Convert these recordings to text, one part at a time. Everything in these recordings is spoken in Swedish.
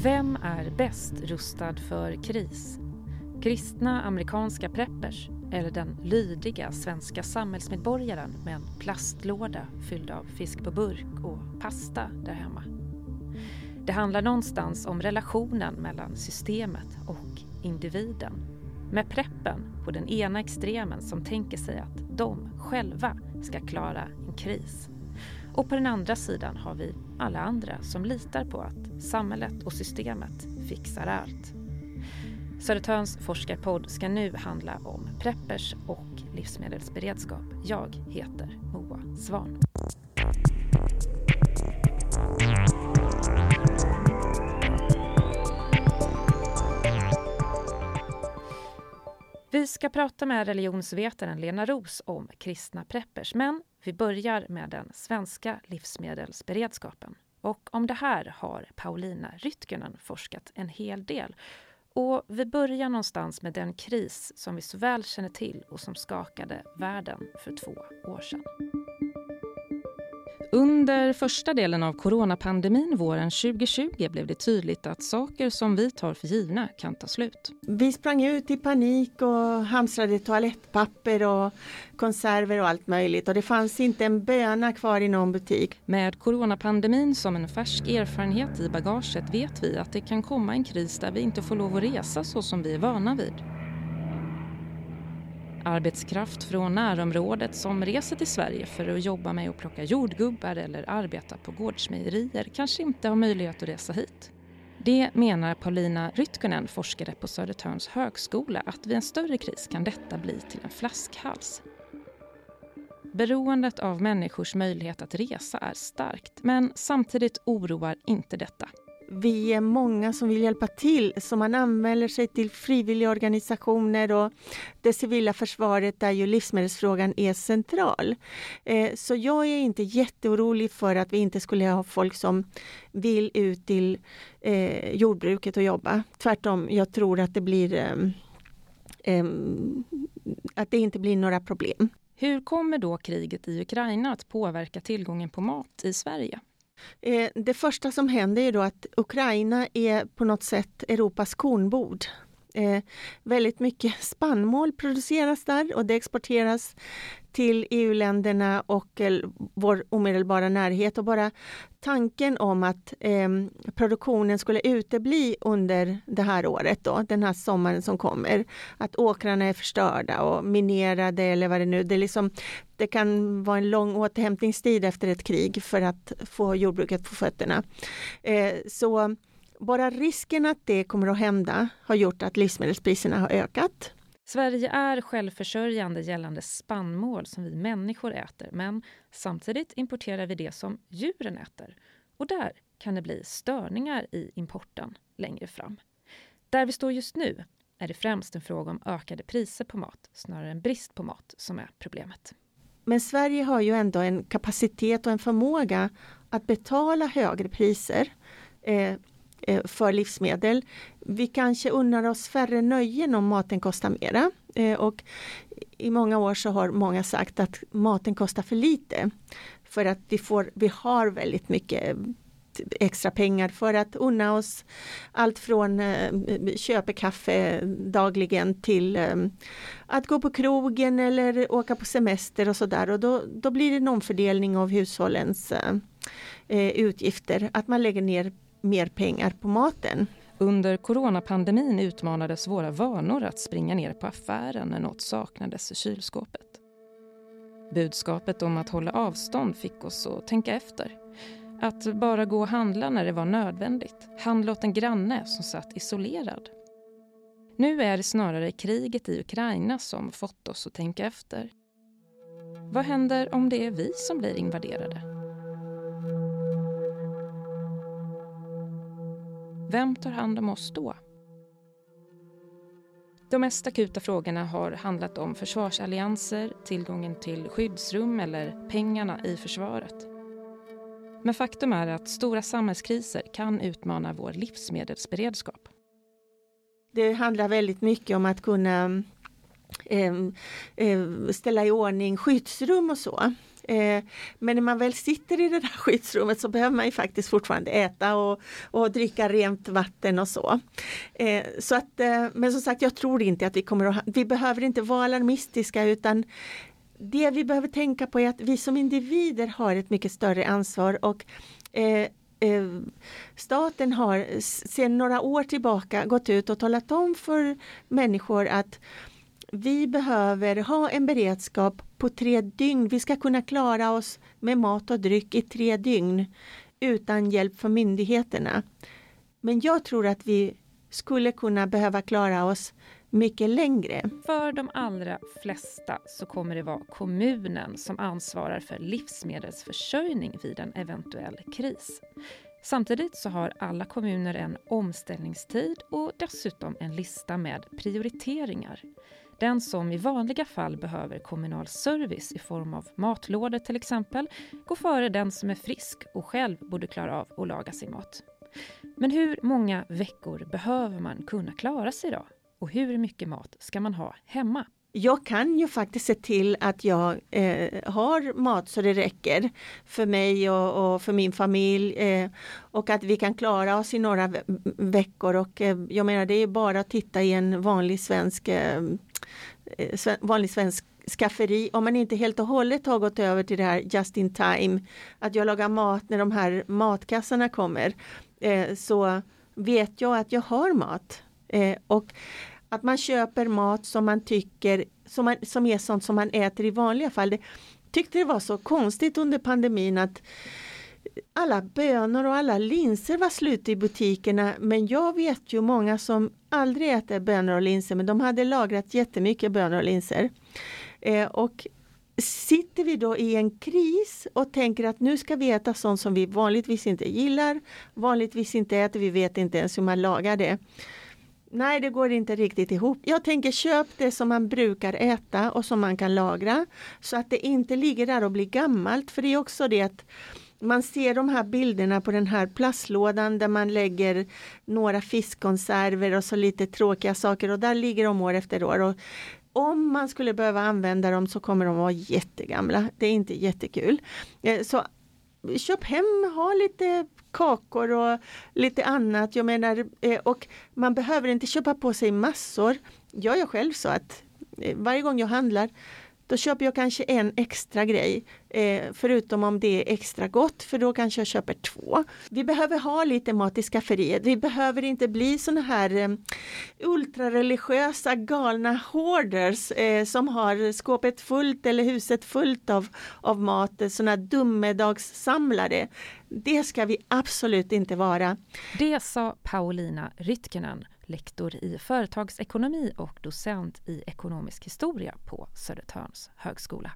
Vem är bäst rustad för kris? Kristna amerikanska preppers eller den lydiga svenska samhällsmedborgaren med en plastlåda fylld av fisk på burk och pasta där hemma? Det handlar någonstans om relationen mellan systemet och individen. Med preppen på den ena extremen som tänker sig att de själva ska klara en kris. Och på den andra sidan har vi alla andra som litar på att samhället och systemet fixar allt. Södertörns forskarpodd ska nu handla om preppers och livsmedelsberedskap. Jag heter Moa Svan. Vi ska prata med religionsvetaren Lena Roos om kristna preppers, men vi börjar med den svenska livsmedelsberedskapen. Och om det här har Paulina Rytkönen forskat en hel del. Och vi börjar någonstans med den kris som vi så väl känner till och som skakade världen för 2 år sedan. Under första delen av coronapandemin våren 2020 blev det tydligt att saker som vi tar för givna kan ta slut. Vi sprang ut i panik och hamstrade toalettpapper och konserver och allt möjligt. Och det fanns inte en böna kvar i någon butik. Med coronapandemin som en färsk erfarenhet i bagaget vet vi att det kan komma en kris där vi inte får lov att resa så som vi är vana vid. Arbetskraft från närområdet som reser till Sverige för att jobba med att plocka jordgubbar eller arbeta på gårdsmejerier kanske inte har möjlighet att resa hit. Det menar Paulina Rytkönen, forskare på Södertörns högskola, att vid en större kris kan detta bli till en flaskhals. Beroendet av människors möjlighet att resa är starkt, men samtidigt oroar inte detta. Vi är många som vill hjälpa till, så man anmäler sig till frivilliga organisationer och det civila försvaret där ju livsmedelsfrågan är central. Så jag är inte jätteorolig för att vi inte skulle ha folk som vill ut till jordbruket och jobba. Tvärtom, jag tror att det blir att det inte blir några problem. Hur kommer då kriget i Ukraina att påverka tillgången på mat i Sverige? Det första som händer är då att Ukraina är på något sätt Europas kornbod. Väldigt mycket spannmål produceras där och det exporteras till EU-länderna och vår omedelbara närhet. Och bara tanken om att produktionen skulle utebli under det här året då, den här sommaren som kommer, att åkrarna är förstörda och minerade eller vad det nu, det kan vara en lång återhämtningstid efter ett krig för att få jordbruket på fötterna. Så bara risken att det kommer att hända har gjort att livsmedelspriserna har ökat. Sverige är självförsörjande gällande spannmål som vi människor äter, men samtidigt importerar vi det som djuren äter. Och där kan det bli störningar i importen längre fram. Där vi står just nu är det främst en fråga om ökade priser på mat, snarare än brist på mat som är problemet. Men Sverige har ju ändå en kapacitet och en förmåga att betala högre priser för livsmedel. Vi kanske unnar oss färre nöjen om maten kostar mera. Och i många år så har många sagt att maten kostar för lite. För att vi har väldigt mycket extra pengar för att unna oss allt från köpa kaffe dagligen till att gå på krogen eller åka på semester och sådär. Och då blir det en omfördelning av hushållens utgifter. Att man lägger ner mer pengar på maten. Under coronapandemin utmanades våra vanor att springa ner på affären när något saknades i kylskåpet. Budskapet om att hålla avstånd fick oss att tänka efter. Att bara gå och handla när det var nödvändigt. Handla åt en granne som satt isolerad. Nu är det snarare kriget i Ukraina som fått oss att tänka efter. Vad händer om det är vi som blir invaderade? Vem tar hand om oss då? De mest akuta frågorna har handlat om försvarsallianser, tillgången till skyddsrum eller pengarna i försvaret. Men faktum är att stora samhällskriser kan utmana vår livsmedelsberedskap. Det handlar väldigt mycket om att kunna ställa i ordning skyddsrum och så. Men när man väl sitter i det där skyddsrummet så behöver man ju faktiskt fortfarande äta och dricka rent vatten och så. Men som sagt, jag tror inte att vi behöver inte vara alarmistiska, utan det vi behöver tänka på är att vi som individer har ett mycket större ansvar, och staten har sedan några år tillbaka gått ut och talat om för människor att vi behöver ha en beredskap på 3 dygn. Vi ska kunna klara oss med mat och dryck i 3 dygn utan hjälp från myndigheterna. Men jag tror att vi skulle kunna behöva klara oss mycket längre. För de allra flesta så kommer det vara kommunen som ansvarar för livsmedelsförsörjning vid en eventuell kris. Samtidigt så har alla kommuner en omställningstid och dessutom en lista med prioriteringar. Den som i vanliga fall behöver kommunal service i form av matlådor till exempel går före den som är frisk och själv borde klara av att laga sin mat. Men hur många veckor behöver man kunna klara sig då? Och hur mycket mat ska man ha hemma? Jag kan ju faktiskt se till att jag har mat så det räcker för mig och för min familj, och att vi kan klara oss i några veckor. Och jag menar, det är bara att titta i en vanlig svensk skafferi. Om man inte helt och hållet har gått över till det här just in time, att jag lagar mat när de här matkassarna kommer, så vet jag att jag har mat. Och att man köper mat som man tycker, som är sånt som man äter i vanliga fall. Det tyckte det var så konstigt under pandemin att alla bönor och alla linser var slut i butikerna. Men jag vet ju många som aldrig äter bönor och linser, men de hade lagrat jättemycket bönor och linser. Och sitter vi då i en kris och tänker att nu ska vi äta sånt som vi vanligtvis inte gillar, vanligtvis inte äter, vi vet inte ens hur man lagar det. Nej, det går inte riktigt ihop. Jag tänker, köp det som man brukar äta och som man kan lagra, så att det inte ligger där och blir gammalt. För det är också det att man ser de här bilderna på den här plastlådan där man lägger några fiskkonserver och så lite tråkiga saker, och där ligger de år efter år. Och om man skulle behöva använda dem så kommer de vara jättegamla. Det är inte jättekul. Så köp hem, ha lite kakor och lite annat. Jag menar, och man behöver inte köpa på sig massor. Jag gör själv så att varje gång jag handlar, då köper jag kanske en extra grej. Förutom om det är extra gott, för då kanske jag köper 2. Vi behöver ha lite mat i skafferiet. Vi behöver inte bli såna här ultrareligiösa galna hoarders som har skåpet fullt eller huset fullt av mat. Såna dummedagssamlare. Det ska vi absolut inte vara. Det sa Paulina Rytkönen, lektor i företagsekonomi och docent i ekonomisk historia på Södertörns högskola.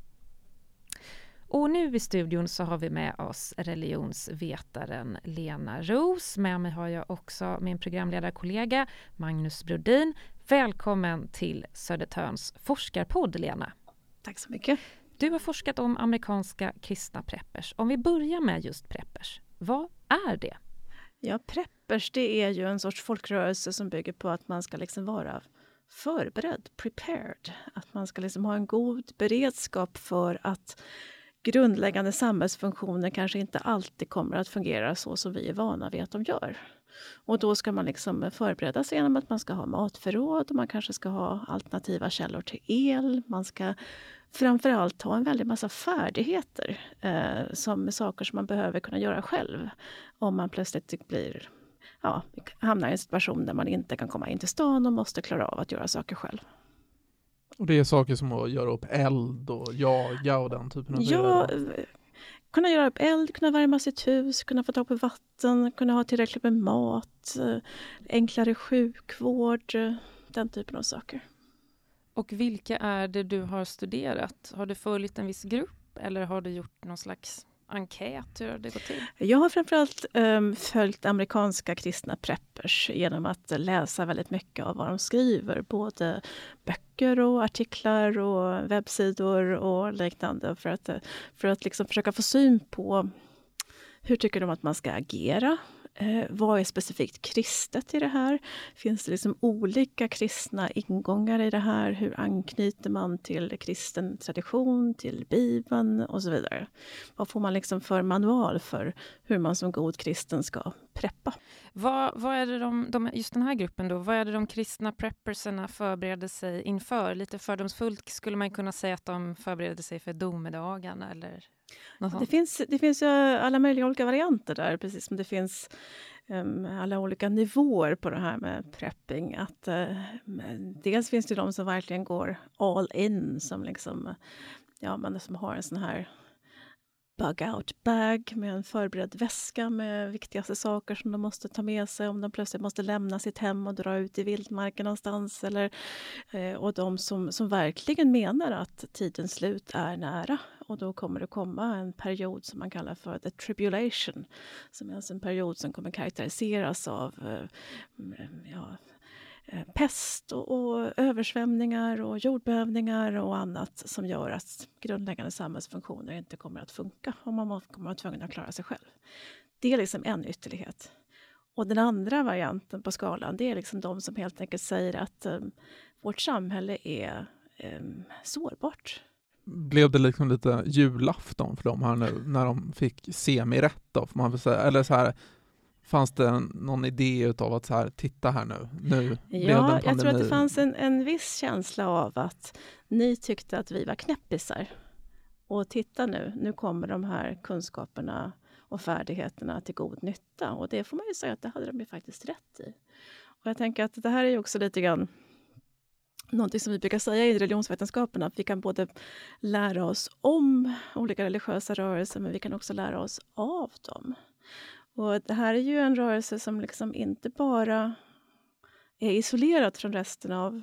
Och nu i studion så har vi med oss religionsvetaren Lena Roos. Med mig har jag också min programledarkollega Magnus Brodin. Välkommen till Södertörns forskarpodd, Lena. Tack så mycket. Du har forskat om amerikanska kristna preppers. Om vi börjar med just preppers, vad är det? Ja, preppers, det är ju en sorts folkrörelse som bygger på att man ska liksom vara förberedd, prepared. Att man ska liksom ha en god beredskap för att grundläggande samhällsfunktioner kanske inte alltid kommer att fungera så som vi är vana vid att de gör. Och då ska man liksom förbereda sig genom att man ska ha matförråd och man kanske ska ha alternativa källor till el. Man ska framförallt ha en väldigt massa färdigheter som saker som man behöver kunna göra själv. Om man plötsligt hamnar i en situation där man inte kan komma in till stan och måste klara av att göra saker själv. Och det är saker som att göra upp eld och jaga och den typen av grejer? Kunna göra upp eld, kunna värma sitt hus, kunna få tag på vatten, kunna ha tillräckligt med mat, enklare sjukvård, den typen av saker. Och vilka är det du har studerat? Har du följt en viss grupp eller har du gjort någon slags enkät? Hur har det gått till? Jag har framförallt följt amerikanska kristna preppers genom att läsa väldigt mycket av vad de skriver. Både böcker och artiklar och webbsidor och liknande. För att liksom försöka få syn på hur tycker de att man ska agera. Vad är specifikt kristet i det här? Finns det liksom olika kristna ingångar i det här? Hur anknyter man till kristen tradition, till Bibeln och så vidare? Vad får man liksom för manual för hur man som god kristen ska preppa? Vad är det just den här gruppen då, vad är det de kristna prepperserna förbereder sig inför? Lite fördomsfullt skulle man kunna säga att de förbereder sig för domedagen eller något sånt. Det finns ju alla möjliga olika varianter där, precis som det finns alla olika nivåer på det här med prepping. Att, dels finns det de som verkligen går all in, som liksom, som har en sån här bug-out-bag med en förberedd väska med viktigaste saker som de måste ta med sig om de plötsligt måste lämna sitt hem och dra ut i vildmarken någonstans. Och de som verkligen menar att tidens slut är nära. Och då kommer det komma en period som man kallar för the tribulation. Som är alltså en period som kommer karaktäriseras av pest och översvämningar och jordbävningar och annat som gör att grundläggande samhällsfunktioner inte kommer att funka och man kommer att vara tvungen att klara sig själv. Det är liksom en ytterlighet. Och den andra varianten på skalan, det är liksom de som helt enkelt säger att vårt samhälle är sårbart. Blev det liksom lite julafton för dem här nu när de fick semi-rätt då, får man väl säga, eller så här. Fanns det någon idé utav att så här, titta här nu blev det en pandemi? Jag tror att det fanns en viss känsla av att ni tyckte att vi var knäppisar. Och titta nu kommer de här kunskaperna och färdigheterna till god nytta. Och det får man ju säga att det hade de ju faktiskt rätt i. Och jag tänker att det här är ju också lite grann någonting som vi brukar säga i religionsvetenskapen, att vi kan både lära oss om olika religiösa rörelser, men vi kan också lära oss av dem. Och det här är ju en rörelse som liksom inte bara är isolerat från resten av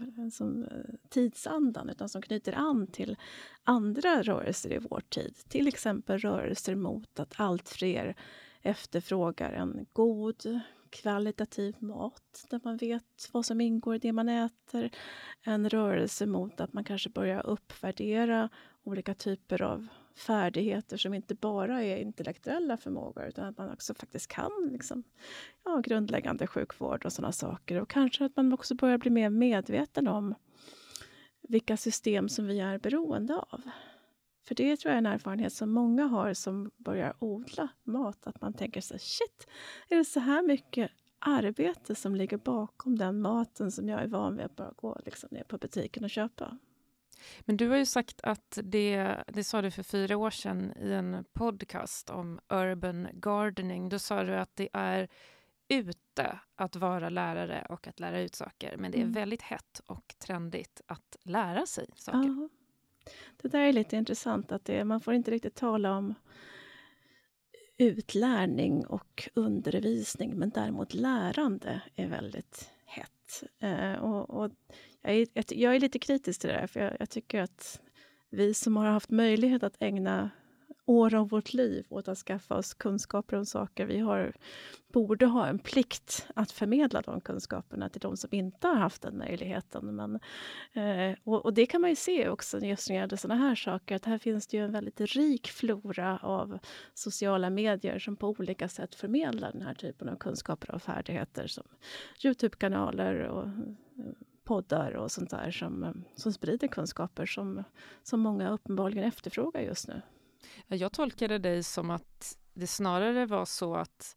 tidsandan, utan som knyter an till andra rörelser i vår tid. Till exempel rörelser mot att allt fler efterfrågar en god, kvalitativ mat där man vet vad som ingår i det man äter. En rörelse mot att man kanske börjar uppvärdera olika typer av färdigheter som inte bara är intellektuella förmågor, utan att man också faktiskt kan grundläggande sjukvård och sådana saker. Och kanske att man också börjar bli mer medveten om vilka system som vi är beroende av. För det tror jag är en erfarenhet som många har som börjar odla mat. Att man tänker sig, shit, är det så här mycket arbete som ligger bakom den maten som jag är van vid att bara gå ner på butiken och köpa? Men du har ju sagt att det sa du för 4 år sedan i en podcast om urban gardening. Då sa du att det är ute att vara lärare och att lära ut saker. Men det är väldigt hett och trendigt att lära sig saker. Ja. Det där är lite intressant att man får inte riktigt tala om utlärning och undervisning, men däremot lärande är väldigt hett. Och jag är lite kritisk till det där, för jag tycker att vi som har haft möjlighet att ägna år av vårt liv åt att skaffa oss kunskaper om saker, borde ha en plikt att förmedla de kunskaperna till de som inte har haft den möjligheten. Men, och det kan man ju se också just när det gäller sådana här saker, att här finns det ju en väldigt rik flora av sociala medier som på olika sätt förmedlar den här typen av kunskaper och färdigheter, som YouTube-kanaler och poddar och sånt där som sprider kunskaper som många uppenbarligen efterfrågar just nu. Jag tolkade dig som att det snarare var så att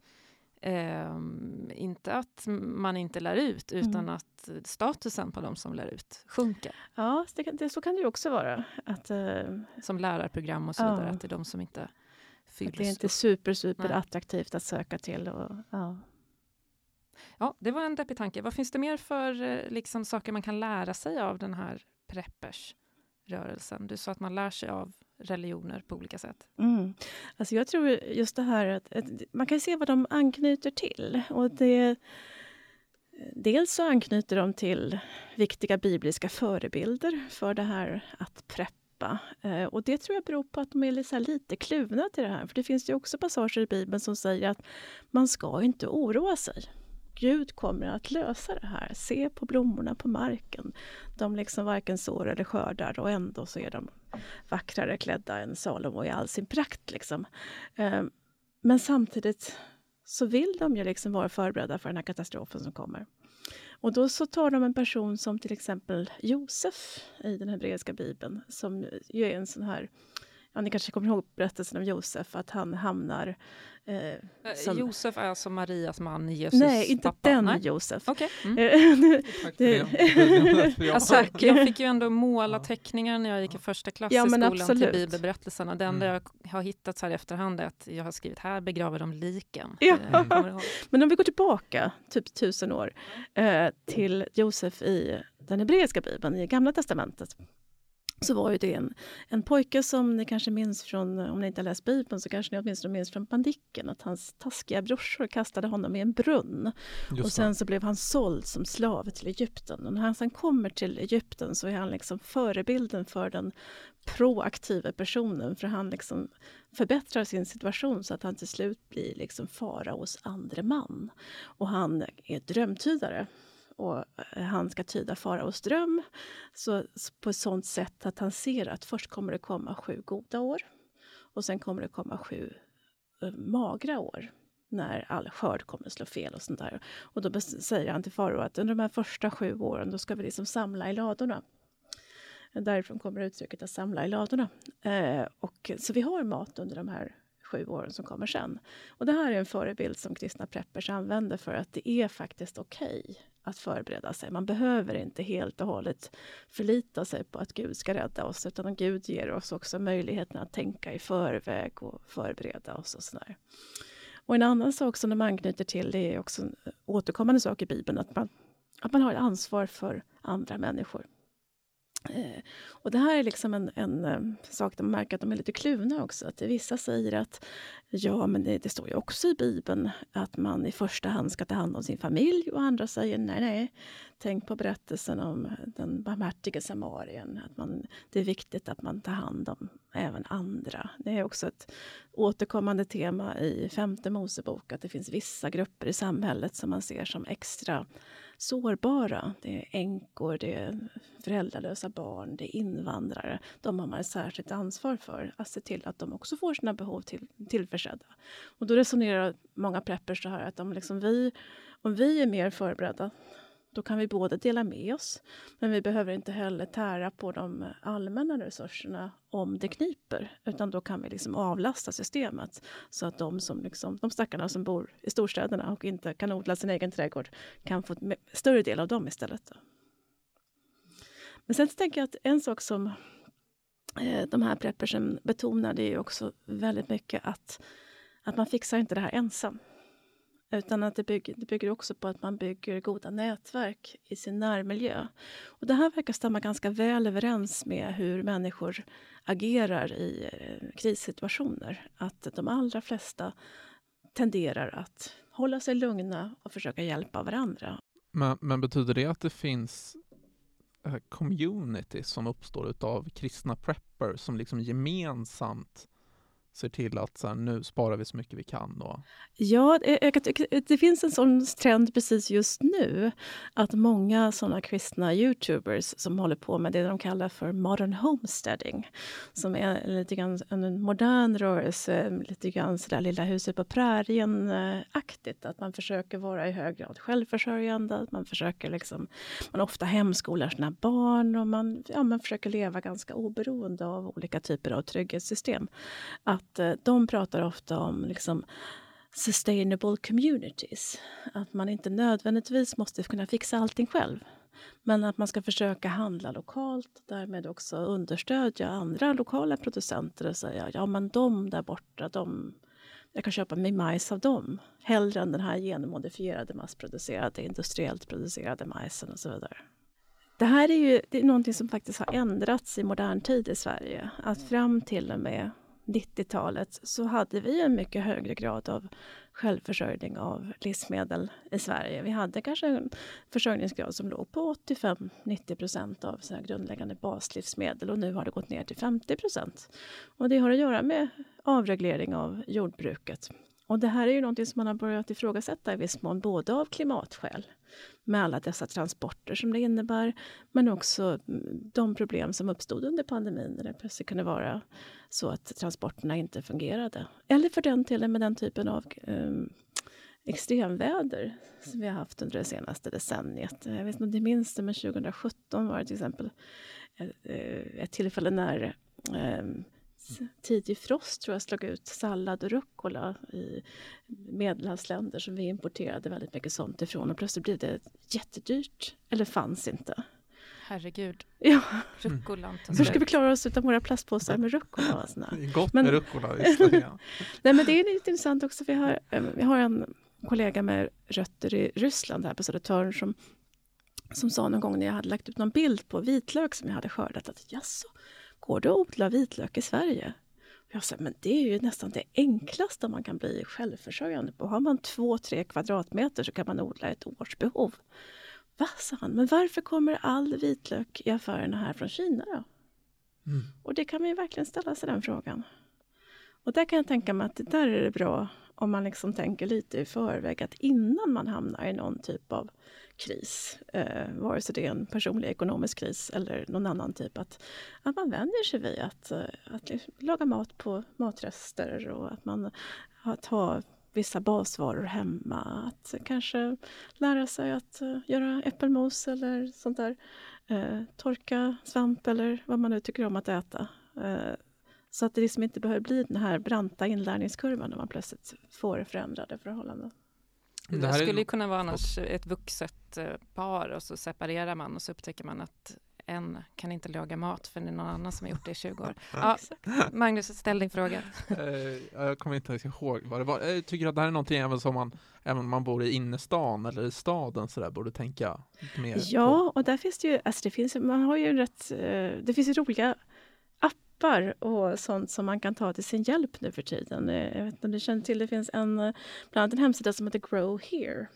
inte att man inte lär ut, utan att statusen på de som lär ut sjunker. Ja, så kan det ju också vara. Att, som lärarprogram och så vidare, att det är de som inte fylls. Att det är inte super attraktivt att söka till. Ja, det var en deppig tanke. Vad finns det mer för saker man kan lära sig av den här preppersrörelsen? Du sa att man lär sig av religioner på olika sätt. Alltså jag tror just det här att man kan se vad de anknyter till. Och dels så anknyter de till viktiga bibliska förebilder för det här att preppa. Och det tror jag beror på att de är lite kluvna till det här. För det finns ju också passager i Bibeln som säger att man ska inte oroa sig. Gud kommer att lösa det här. Se på blommorna på marken. De varken sår eller skördar, och ändå så är de vackrare klädda än Salomo i all sin prakt. Men samtidigt så vill de ju liksom vara förberedda för den här katastrofen som kommer. Och då så tar de en person som till exempel Josef i den hebreiska bibeln, som ju är en sån här, ja, ni kanske kommer ihåg berättelsen om Josef, att han hamnar... Josef är som Marias man, Jesus Nej, inte pappa. den Nej. Josef. Okej. Tack för det. Alltså, jag fick ju ändå måla teckningar när jag gick i första klass i skolan absolut. till bibelberättelserna. Den där jag har hittat så här i efterhand är att jag har skrivit här begraver de liken. Ja. Kommer ihåg. Men om vi går tillbaka typ 1000 år till Josef i den hebreiska bibeln, i Gamla testamentet, så var ju det en pojke som ni kanske minns från, om ni inte har läst Bibeln så kanske ni åtminstone minns från Bandicken, att hans taskiga brorsor kastade honom i en brunn. Och sen så blev han såld som slav till Egypten. Och när han sen kommer till Egypten så är han liksom förebilden för den proaktiva personen, för han liksom förbättrar sin situation så att han till slut blir liksom faraos andre man. Och han är drömtydare. Och han ska tyda faraos dröm så på ett sånt sätt att han ser att först kommer det komma 7 goda år och sen kommer det komma 7 magra år när all skörd kommer att slå fel och sånt där. Och då säger han till farao att under de här första 7 åren då ska vi liksom samla i ladorna. Därifrån kommer uttrycket att samla i ladorna. Och så vi har mat under de här 7 åren som kommer sen. Och det här är en förebild som kristna preppers använder för att det är faktiskt okej att förbereda sig. Man behöver inte helt och hållet förlita sig på att Gud ska rädda oss, utan Gud ger oss också möjligheten att tänka i förväg och förbereda oss och sådär. Och en annan sak som de anknyter till, det är också en återkommande sak i Bibeln, att man har ett ansvar för andra människor. Och det här är liksom en sak där man märker att de är lite kluvna också. Att vissa säger att ja, men det står ju också i Bibeln att man i första hand ska ta hand om sin familj. Och andra säger nej, tänk på berättelsen om den barmhärtige samarien. Att det är viktigt att man tar hand om även andra. Det är också ett återkommande tema i 5:e Mosebok, att det finns vissa grupper i samhället som man ser som extra sårbara. Det är änkor, det är föräldralösa barn, det är invandrare. De har man ett särskilt ansvar för att se till att de också får sina behov tillförsedda. Och då resonerar många preppers så här att om vi är mer förberedda, då kan vi både dela med oss, men vi behöver inte heller tära på de allmänna resurserna om det kniper, utan då kan vi liksom avlasta systemet så att de stackarna som bor i storstäderna och inte kan odla sin egen trädgård kan få en större del av dem istället. Men sen tänker jag att en sak som de här preppersen betonar, det är ju också väldigt mycket att man fixar inte det här ensam. Utan att det bygger också på att man bygger goda nätverk i sin närmiljö. Och det här verkar stämma ganska väl överens med hur människor agerar i krissituationer. Att de allra flesta tenderar att hålla sig lugna och försöka hjälpa varandra. Men betyder det att det finns community som uppstår av kristna preppers som liksom gemensamt ser till att så här, nu sparar vi så mycket vi kan då? Ja, det finns en sån trend precis just nu att många sådana kristna YouTubers som håller på med det de kallar för modern homesteading, som är lite grann en modern rörelse, lite grann sådär lilla huset på prärien-aktigt, att man försöker vara i hög grad självförsörjande, att man försöker man ofta hemskolar sina barn och man försöker leva ganska oberoende av olika typer av trygghetssystem. Att de pratar ofta om sustainable communities. Att man inte nödvändigtvis måste kunna fixa allting själv. Men att man ska försöka handla lokalt. Därmed också understödja andra lokala producenter och säga, ja men de där borta, jag kan köpa min majs av dem. Hellre än den här genmodifierade, massproducerade, industriellt producerade majsen och så vidare. Det här det är någonting som faktiskt har ändrats i modern tid i Sverige. Att fram till och med 90-talet så hade vi en mycket högre grad av självförsörjning av livsmedel i Sverige. Vi hade kanske en försörjningsgrad som låg på 85-90% av sina grundläggande baslivsmedel och nu har det gått ner till 50%. Och det har att göra med avreglering av jordbruket. Och det här är ju någonting som man har börjat ifrågasätta i viss mån, både av klimatskäl med alla dessa transporter som det innebär, men också de problem som uppstod under pandemin när det plötsligt kunde vara så att transporterna inte fungerade. Eller för den delen med den typen av extremväder som vi har haft under det senaste decenniet. Jag vet inte om det minns det, men 2017 var det till exempel ett tillfälle när tidig frost tror jag slog ut sallad och rucola i medelhavsländer som vi importerade väldigt mycket sånt ifrån. Och plötsligt blev det jättedyrt, eller fanns inte. Herregud. Ja. Rucola. Hur ska vi klara oss utan våra plastpåsar med rucola? Det är gott med rucola. Ja. Nej, men det är lite intressant också. Vi har en kollega med rötter i Ryssland här på Södertörn som sa någon gång när jag hade lagt ut någon bild på vitlök som jag hade skördat att jaså, går det att odla vitlök i Sverige? Och jag sa, men det är ju nästan det enklaste man kan bli självförsörjande på. Har man 2-3 kvadratmeter så kan man odla ett års behov. Va, sa han, men varför kommer all vitlök i affärerna här från Kina då? Mm. Och det kan man ju verkligen ställa sig den frågan. Och där kan jag tänka mig att det där är det bra om man liksom tänker lite i förväg att innan man hamnar i någon typ av kris, vare sig det är en personlig ekonomisk kris eller någon annan typ, att man vänjer sig vid att laga mat på matrester och att man har vissa basvaror hemma, att kanske lära sig att göra äppelmos eller sånt där, torka svamp eller vad man nu tycker om att äta. Så att det liksom inte behöver bli den här branta inlärningskurvan när man plötsligt får förändrade förhållanden. Det skulle ju kunna vara annars ett vuxet par och så separerar man och så upptäcker man att en kan inte laga mat för det är någon annan som har gjort det i 20 år. Ja, Magnus, ställ din fråga. Jag kommer inte ihåg vad det var. Jag tycker att det här är någonting även om man bor i innerstan eller i staden så där borde tänka mer på. Och där finns det ju, alltså det finns ju roliga appar och sånt som man kan ta till sin hjälp nu för tiden. Jag vet inte om du känner till, det finns bland annat en hemsida som heter Grow Here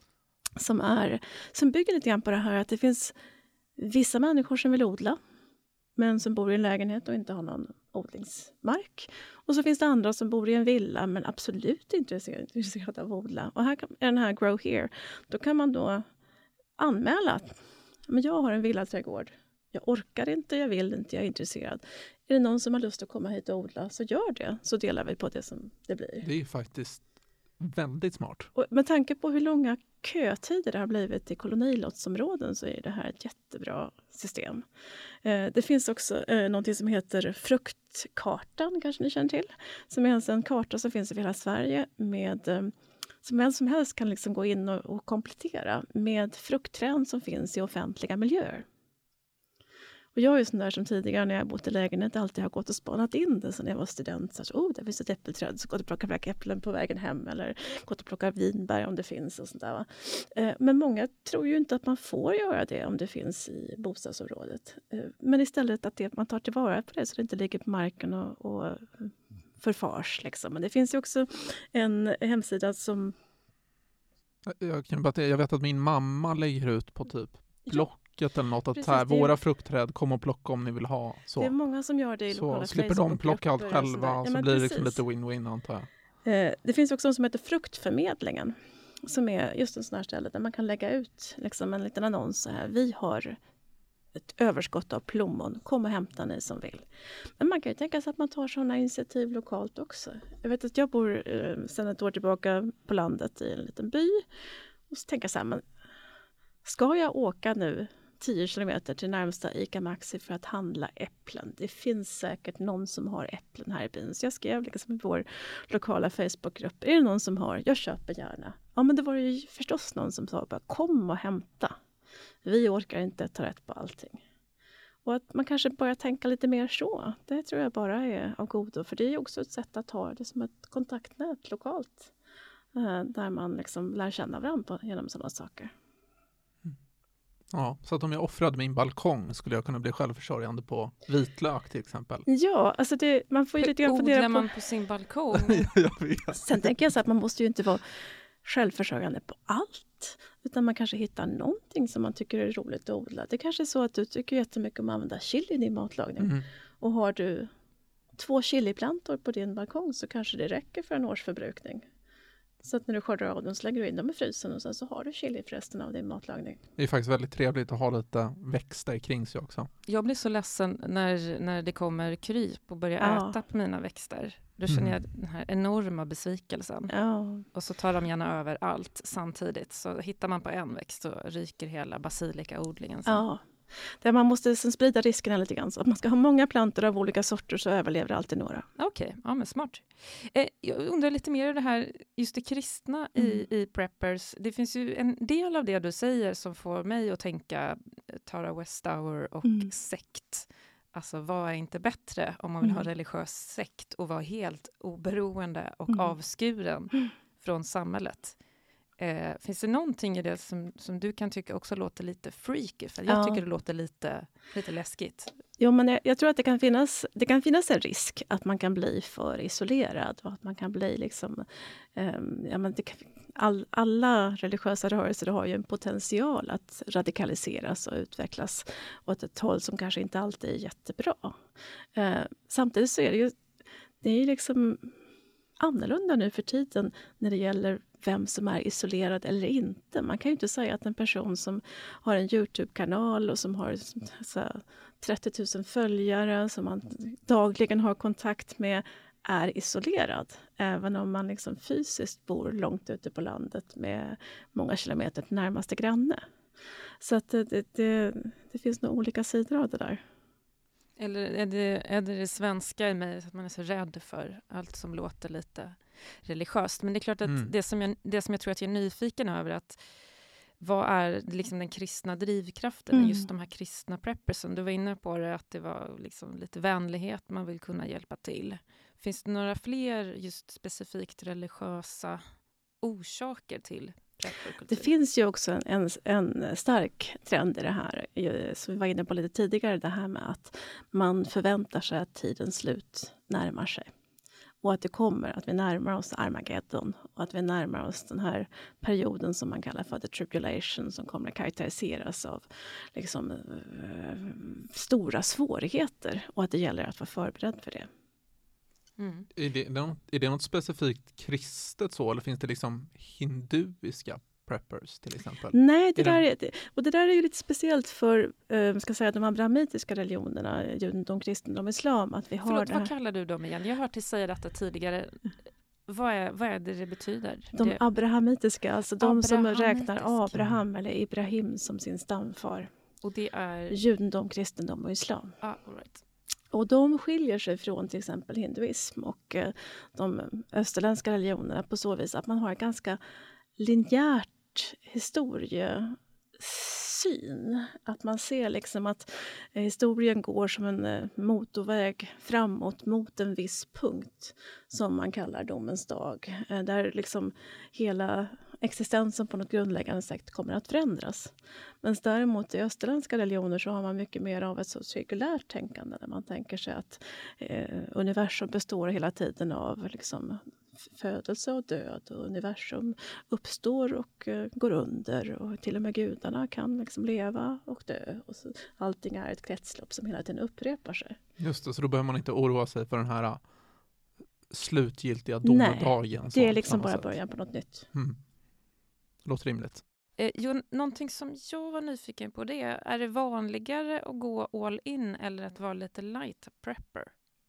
som bygger lite grann på det här att det finns vissa människor som vill odla men som bor i en lägenhet och inte har någon odlingsmark. Och så finns det andra som bor i en villa men absolut inte är intresserade av att odla. Och här är den här Grow Here. Då kan man då anmäla att men jag har en villaträdgård. Jag orkar inte, jag vill inte, jag är intresserad. Är det någon som har lust att komma hit och odla så gör det. Så delar vi på det som det blir. Det är faktiskt väldigt smart. Och med tanke på hur långa kötider det har blivit i kolonilottsområden så är det här ett jättebra system. Det finns också något som heter Fruktkartan, kanske ni känner till. Som är alltså en karta som finns i hela Sverige som vem som helst kan liksom gå in och komplettera med fruktträd som finns i offentliga miljöer. Och jag är ju sån där som tidigare när jag bott i lägenhet alltid har gått och spanat in det. Så när jag var student så där finns ett äppelträd. Så gått och plockat äpplen på vägen hem. Eller gått och plockat vinbär om det finns och sånt där. Men många tror ju inte att man får göra det om det finns i bostadsområdet. Men istället att man tar tillvara på det så det inte ligger på marken och förfars. Liksom. Men det finns ju också en hemsida som... Jag vet att min mamma lägger ut på typ Blocket eller något att här, våra fruktträd, kom och plocka om ni vill ha. Så. Det är många som gör det i lokala så slipper de plocka allt själva så blir det liksom lite win-win antar jag. Det finns också något som heter Fruktförmedlingen som är just en sån här ställe där man kan lägga ut liksom en liten annons så här. Vi har ett överskott av plommon. Kom och hämta ni som vill. Men man kan ju tänka sig att man tar sådana initiativ lokalt också. Jag vet att jag bor sedan ett år tillbaka på landet i en liten by. Och så tänker jag så här, men ska jag åka nu 10 kilometer till närmsta ICA Maxi för att handla äpplen? Det finns säkert någon som har äpplen här i byn. Så jag skrev liksom i vår lokala Facebookgrupp. Är det någon som har? Jag köper gärna. Ja, men det var ju förstås någon som sa bara kom och hämta. Vi orkar inte ta rätt på allting. Och att man kanske börjar tänka lite mer så. Det tror jag bara är av godo. För det är också ett sätt att ha det som ett kontaktnät lokalt. Där man liksom lär känna varandra genom sådana saker. Ja, så att om jag offrade min balkong skulle jag kunna bli självförsörjande på vitlök till exempel. Ja, alltså man får ju lite grann fundera på... Odlar man på sin balkong? Jag vet. Sen tänker jag så att man måste ju inte vara självförsörjande på allt. Utan man kanske hittar någonting som man tycker är roligt att odla. Det kanske är så att du tycker jättemycket om att använda chili i din matlagning. Mm. Och har du 2 chiliplantor på din balkong så kanske det räcker för en årsförbrukning. Så att när du skördar av dem så lägger du in dem i frysen och sen så har du chili för resten av din matlagning. Det är faktiskt väldigt trevligt att ha lite växter kring sig också. Jag blir så ledsen när det kommer kryp och börjar äta på mina växter. Då känner jag den här enorma besvikelsen. Ja. Och så tar de gärna över allt samtidigt. Så hittar man på en växt så ryker hela basilikaodlingen. Ja. Där man måste sen sprida riskerna lite grann. Så att man ska ha många plantor av olika sorter så överlever alltid några. Okej, ja men smart. Jag undrar lite mer det här, just det kristna i preppers. Det finns ju en del av det du säger som får mig att tänka Tara Westower och sekt. Alltså vad är inte bättre om man vill ha religiös sekt och vara helt oberoende och avskuren från samhället. Finns det någonting i det som du kan tycka också låter lite freaky? För jag tycker det låter lite läskigt. Jo, men jag tror att det kan finnas en risk att man kan bli för isolerad och att man kan bli liksom alla religiösa rörelser har ju en potential att radikaliseras och utvecklas åt ett håll som kanske inte alltid är jättebra. Samtidigt så är det är liksom annorlunda nu för tiden när det gäller vem som är isolerad eller inte. Man kan ju inte säga att en person som har en YouTube-kanal och som har så 30 000 följare som man dagligen har kontakt med är isolerad. Även om man liksom fysiskt bor långt ute på landet med många kilometer till närmaste granne. Så att det finns nog olika sidor av det där. Eller är det svenska i mig att man är så rädd för allt som låter lite religiöst. Men det är klart att det som jag tror att jag är nyfiken över att vad är liksom den kristna drivkraften just de här kristna preppersen? Du var inne på det att det var liksom lite vänlighet, man vill kunna hjälpa till. Finns det några fler just specifikt religiösa orsaker till prepperkultur? Det finns ju också en stark trend i det här, som vi var inne på lite tidigare, det här med att man förväntar sig att tidens slut närmar sig. Och att vi närmar oss Armageddon och att vi närmar oss den här perioden som man kallar för the tribulation som kommer att karaktäriseras av liksom, stora svårigheter och att det gäller att vara förberedd för det. Är det något specifikt kristet så eller finns det liksom hinduiska preppers till exempel? Nej, det där är ju lite speciellt för ska säga, de abrahamitiska religionerna, judendom, kristendom, islam. Att vi har vad kallar du dem igen? Jag har hört dig säga detta tidigare. Vad är det betyder? De abrahamitiska, alltså de som räknar Abraham eller Ibrahim som sin stamfar. Och det är? Judendom, kristendom och islam. All right. Och de skiljer sig från till exempel hinduism och de österländska religionerna på så vis att man har ett ganska linjärt historiesyn. Att man ser liksom att historien går som en motorväg framåt mot en viss punkt som man kallar domens dag. Där liksom hela existensen på något grundläggande sätt kommer att förändras. Men däremot i österländska religioner så har man mycket mer av ett så cirkulärt tänkande där man tänker sig att universum består hela tiden av liksom födelse och död och universum uppstår och går under och till och med gudarna kan liksom leva och dö och så, allting är ett kretslopp som hela tiden upprepar sig. Just det, så då behöver man inte oroa sig för den här slutgiltiga domedagen. Nej, det är liksom bara början på något nytt. Låter rimligt. Någonting som jag var nyfiken på det är det vanligare att gå all in eller att vara lite light prepper?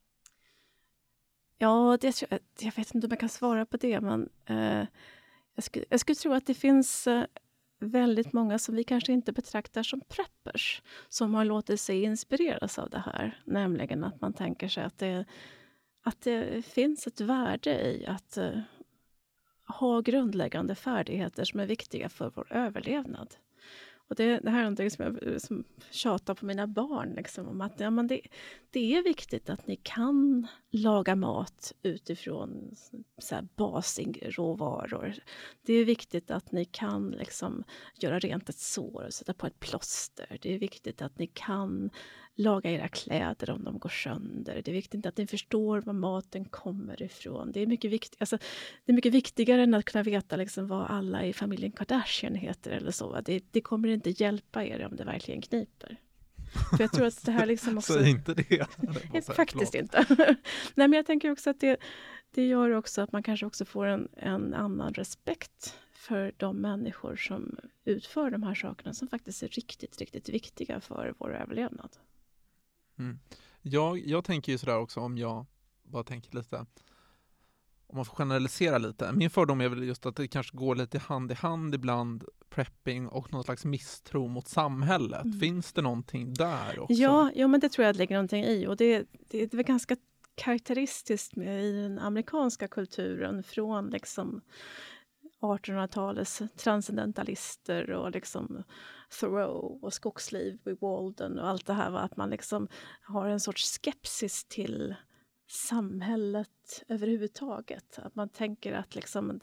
Ja, jag vet inte om jag kan svara på det, men jag skulle tro att det finns väldigt många som vi kanske inte betraktar som preppers som har låtit sig inspireras av det här. Nämligen att man tänker sig att det finns ett värde i att ha grundläggande färdigheter som är viktiga för vår överlevnad. Och det här är någonting som jag tjatar på mina barn. Liksom, om att det är viktigt att ni kan laga mat utifrån så här basråvaror. Det är viktigt att ni kan liksom göra rent ett sår och sätta på ett plåster. Det är viktigt att ni kan laga era kläder om de går sönder. Det är viktigt att ni förstår var maten kommer ifrån. Det är mycket viktigare än att kunna veta liksom vad alla i familjen Kardashian heter eller så. Det kommer inte hjälpa er om det verkligen kniper. För jag tror att det här liksom också... Säg inte det. Faktiskt inte. Nej, men jag tänker också att det gör också att man kanske också får en annan respekt för de människor som utför de här sakerna som faktiskt är riktigt, riktigt viktiga för vår överlevnad. Mm. Jag tänker ju sådär också, om jag bara tänker lite, om man får generalisera lite. Min fördom är väl just att det kanske går lite hand i hand ibland, prepping och någon slags misstro mot samhället. Finns det någonting där också? Ja, men det tror jag att det ligger någonting i. Och det är väl ganska karaktäristiskt i den amerikanska kulturen från liksom 1800-talets transcendentalister och liksom Thoreau och skogsliv i Walden och allt det här, att man liksom har en sorts skepsis till samhället överhuvudtaget. Att man tänker att liksom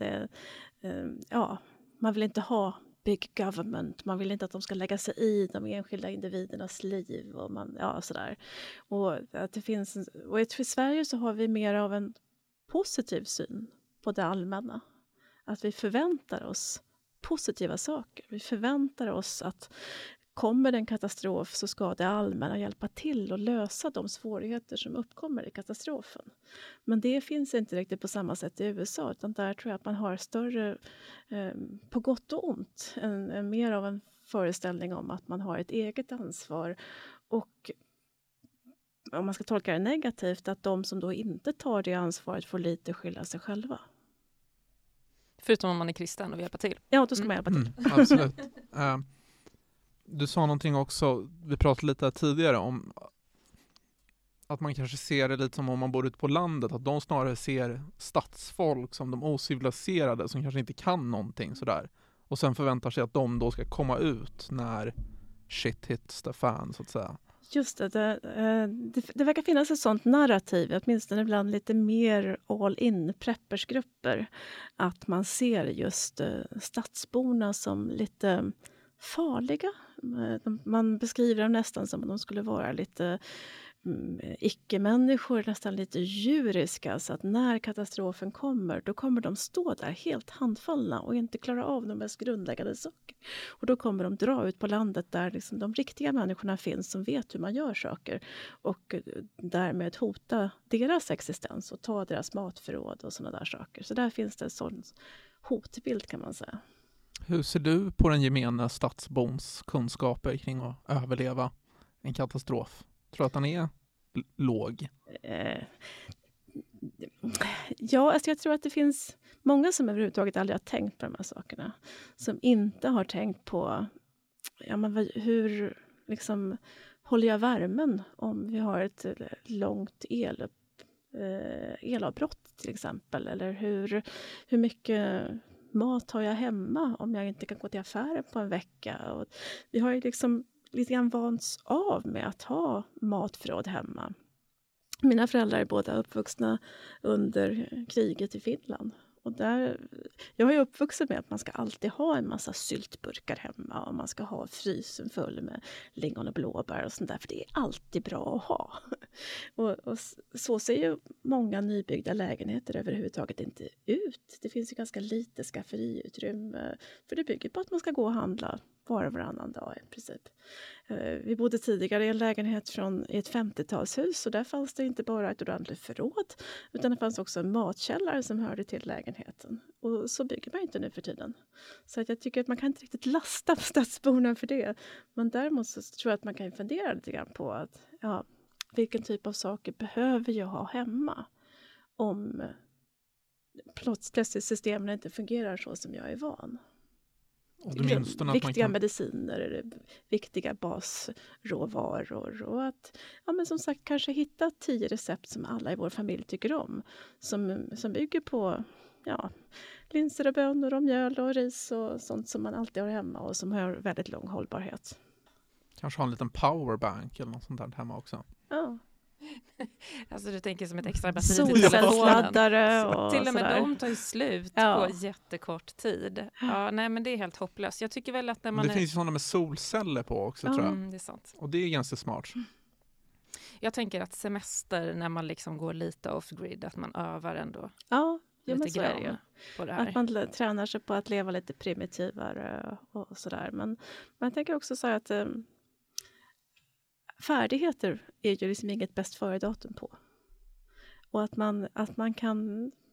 man vill inte ha big government, man vill inte att de ska lägga sig i de enskilda individernas liv och sådär. Och att det finns och jag tror i Sverige så har vi mer av en positiv syn på det allmänna. Att vi förväntar oss positiva saker. Vi förväntar oss att kommer det en katastrof så ska det allmänna hjälpa till och lösa de svårigheter som uppkommer i katastrofen. Men det finns inte riktigt på samma sätt i USA, utan där tror jag att man har större, på gott och ont, mer av en föreställning om att man har ett eget ansvar. Och om man ska tolka det negativt, att de som då inte tar det ansvaret får lite skylla sig själva. Förutom om man är kristen och vill hjälpa till. Ja, då ska man hjälpa till. Absolut. Du sa någonting också, vi pratade lite tidigare om att man kanske ser det lite som om man bor ute på landet, att de snarare ser stadsfolk som de ociviliserade som kanske inte kan någonting sådär. Och sen förväntar sig att de då ska komma ut när shit hits the fan, så att säga. Just det verkar finnas ett sånt narrativ, åtminstone ibland lite mer all-in preppersgrupper, att man ser just stadsborna som lite farliga. Man beskriver dem nästan som om de skulle vara lite icke-människor, nästan lite djuriska, så att när katastrofen kommer, då kommer de stå där helt handfallna och inte klara av de mest grundläggande saker. Och då kommer de dra ut på landet där liksom de riktiga människorna finns som vet hur man gör saker och därmed hota deras existens och ta deras matförråd och sådana där saker. Så där finns det en sån hotbild, kan man säga. Hur ser du på den gemena stadsbons kunskaper kring att överleva en katastrof? Tror du att den är låg? Ja, alltså jag tror att det finns många som överhuvudtaget aldrig har tänkt på de här sakerna. Som inte har tänkt på hur liksom, håller jag värmen om vi har ett långt elavbrott till exempel. Eller hur mycket mat har jag hemma om jag inte kan gå till affären på en vecka. Och vi har ju liksom lite grann vants av med att ha matförråd hemma. Mina föräldrar är båda uppvuxna under kriget i Finland. Och jag är uppvuxen med att man ska alltid ha en massa syltburkar hemma. Och man ska ha frysen full med lingon och blåbär och sånt där. För det är alltid bra att ha. Och så ser ju många nybyggda lägenheter överhuvudtaget inte ut. Det finns ju ganska lite skafferiutrymme. För det bygger på att man ska gå och handla var och varannan dag i princip. Vi bodde tidigare i en lägenhet i ett 50-talshus, och där fanns det inte bara ett ordentligt förråd, utan det fanns också en matkällare som hörde till lägenheten. Och så bygger man inte nu för tiden. Så att jag tycker att man kan inte riktigt lasta på stadsborna för det. Men däremot så tror jag att man kan fundera lite grann på att vilken typ av saker behöver jag ha hemma om plötsligt systemen inte fungerar så som jag är van. Viktiga mediciner eller viktiga basråvaror, och att men som sagt kanske hitta 10 recept som alla i vår familj tycker om, som bygger på linser och bönor och mjöl och ris och sånt som man alltid har hemma och som har väldigt lång hållbarhet. Kanske ha en liten powerbank eller något sånt där hemma också. Ja. Alltså du tänker som ett extra batteri till solcellsladdare och till och med sådär. de tar ju slut på jättekort tid. Ja, nej, men det är helt hopplöst. Jag tycker väl att när man det finns ju sådana med solceller på också, tror jag. Det är sant. Och det är ganska smart. Jag tänker att semester, när man liksom går lite off-grid, att man övar ändå. Ja, lite grann på det här. Att man tränar sig på att leva lite primitivare och sådär. Men jag tänker också säga att färdigheter är ju liksom inget bäst före datum på. Och att man kan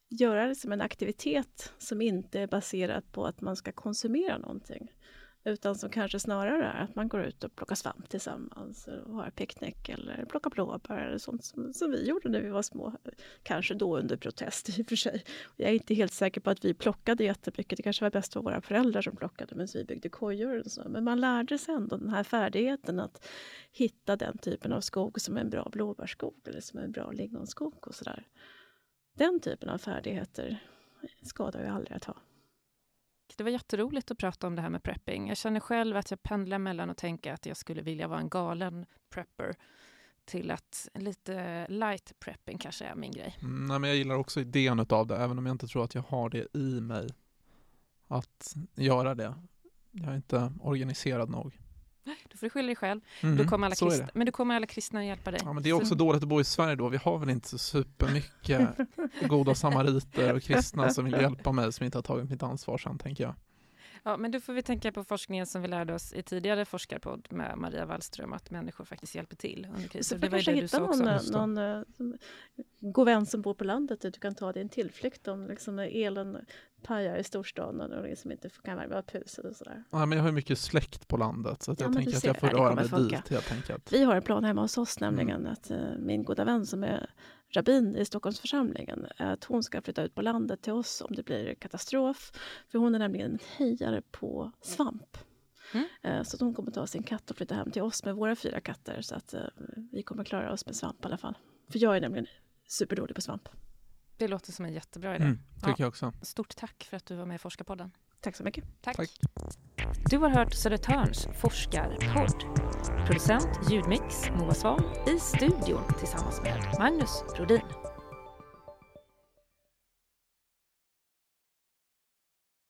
göra det som en aktivitet som inte är baserad på att man ska konsumera någonting. Utan som kanske snarare är att man går ut och plockar svamp tillsammans och har picknick eller plockar blåbär eller sånt som vi gjorde när vi var små. Kanske då under protest i och för sig. Jag är inte helt säker på att vi plockade jättemycket. Det kanske var bäst för våra föräldrar som plockade medan vi byggde kojor och så. Men man lärde sig ändå den här färdigheten att hitta den typen av skog som är en bra blåbärskog eller som är en bra lingonskog och sådär. Den typen av färdigheter skadar ju aldrig att ha. Det var jätteroligt att prata om det här med prepping. Jag känner själv att jag pendlar mellan att tänka att jag skulle vilja vara en galen prepper till att lite light prepping kanske är min grej. Nej, men jag gillar också idén av det, även om jag inte tror att jag har det i mig att göra det. Jag är inte organiserad nog. Du får skylla dig själv. Men du kommer alla kristna hjälpa dig. Ja, men det är också dåligt att bo i Sverige då. Vi har väl inte så supermycket goda samariter och kristna som vill hjälpa mig som inte har tagit mitt ansvar sen, tänker jag. Ja, men då får vi tänka på forskningen som vi lärde oss i tidigare forskarpodd med Maria Wallström, att människor faktiskt hjälper till under krisen. Det var det du sa också. Någon god vän som bor på landet där du kan ta din tillflykt om liksom elen pajar i storstaden och det som inte kan värma upp huset och sådär. Ja, men jag har ju mycket släkt på landet så att jag tänker att jag får röra mig dit. Jag tänker att... Vi har en plan hemma hos oss nämligen att min goda vän som är rabbin i Stockholmsförsamlingen, att hon ska flytta ut på landet till oss om det blir katastrof. För hon är nämligen en hejare på svamp. Så att hon kommer ta sin katt och flytta hem till oss med våra 4 katter så att vi kommer klara oss med svamp i alla fall. För jag är nämligen superdålig på svamp. Det låter som en jättebra idé. Tycker jag också. Stort tack för att du var med i Forskarpodden. Tack så mycket. Tack. Du har hört Södertörns forskarpodd. Producent, ljudmix, Moa Svan i studion tillsammans med Magnus Brodin.